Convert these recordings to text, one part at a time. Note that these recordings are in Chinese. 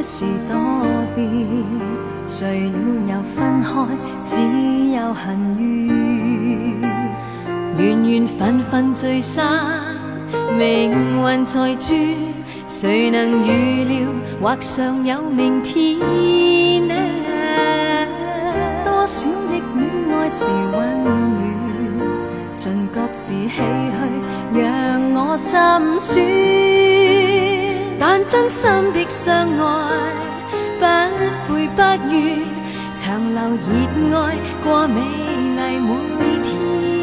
是多变，聚了又分开，只有恨怨。缘缘份份聚散，命运在转，谁能预料或尚有明天啊？多少的戀愛是溫暖，盡覺是唏噓，讓我心酸。但真心的相愛，不悔不怨，長留熱愛過美麗每天。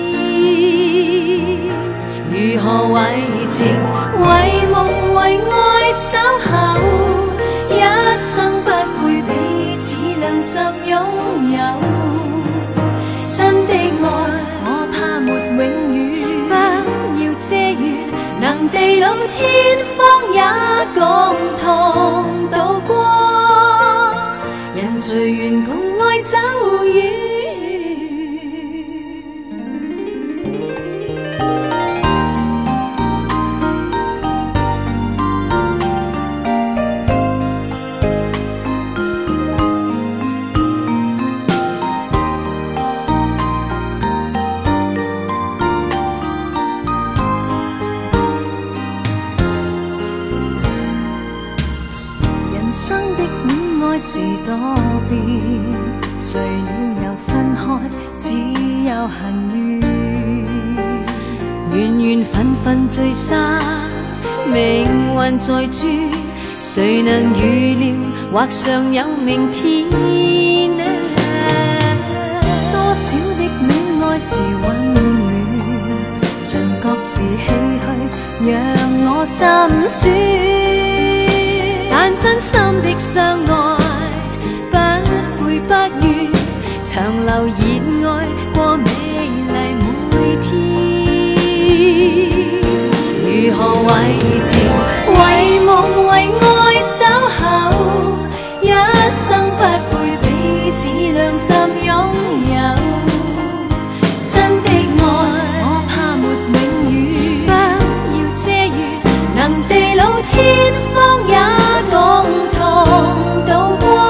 如何為情、為夢、為愛守候，一生不悔彼此良心擁有。真的愛，我怕沒永遠，不要遮掩，能地老天荒也共同渡過，人隨緣共愛走遠。人生的戀愛是多變，聚了又分開，只有恨怨。緣緣份份聚散，命運在轉，誰能預料或尚有明天啊？多少的戀愛是溫暖，盡覺是唏噓，讓我心酸。但真心的相愛，不悔不怨，長留熱愛過美麗每天。如何為情、為夢、為愛守候，一生不悔彼此良心擁有。真的愛，我怕沒永遠，不要遮掩，能地老天荒也共同渡過，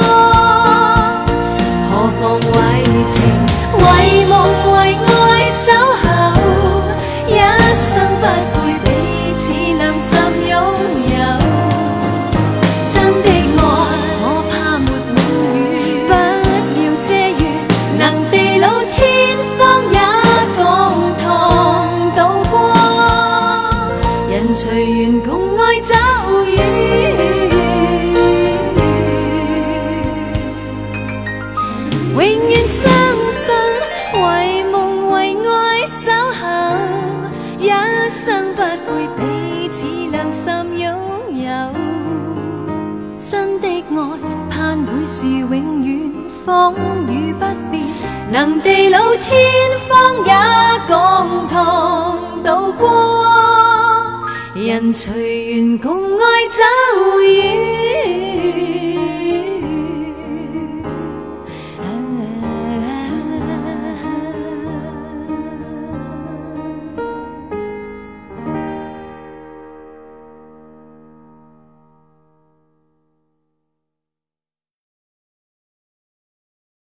何妨為情、為夢、為愛守候，一生不悔彼此良心擁有。真的愛，我怕沒永遠，不要遮掩，能地老天荒也共同渡過，人隨緣共愛走遠。永遠相信，為夢為愛守候，一生不悔彼此良心擁有。真的愛，盼會是永遠，風雨不變，能地老天荒也共同渡過，人隨緣共愛走遠。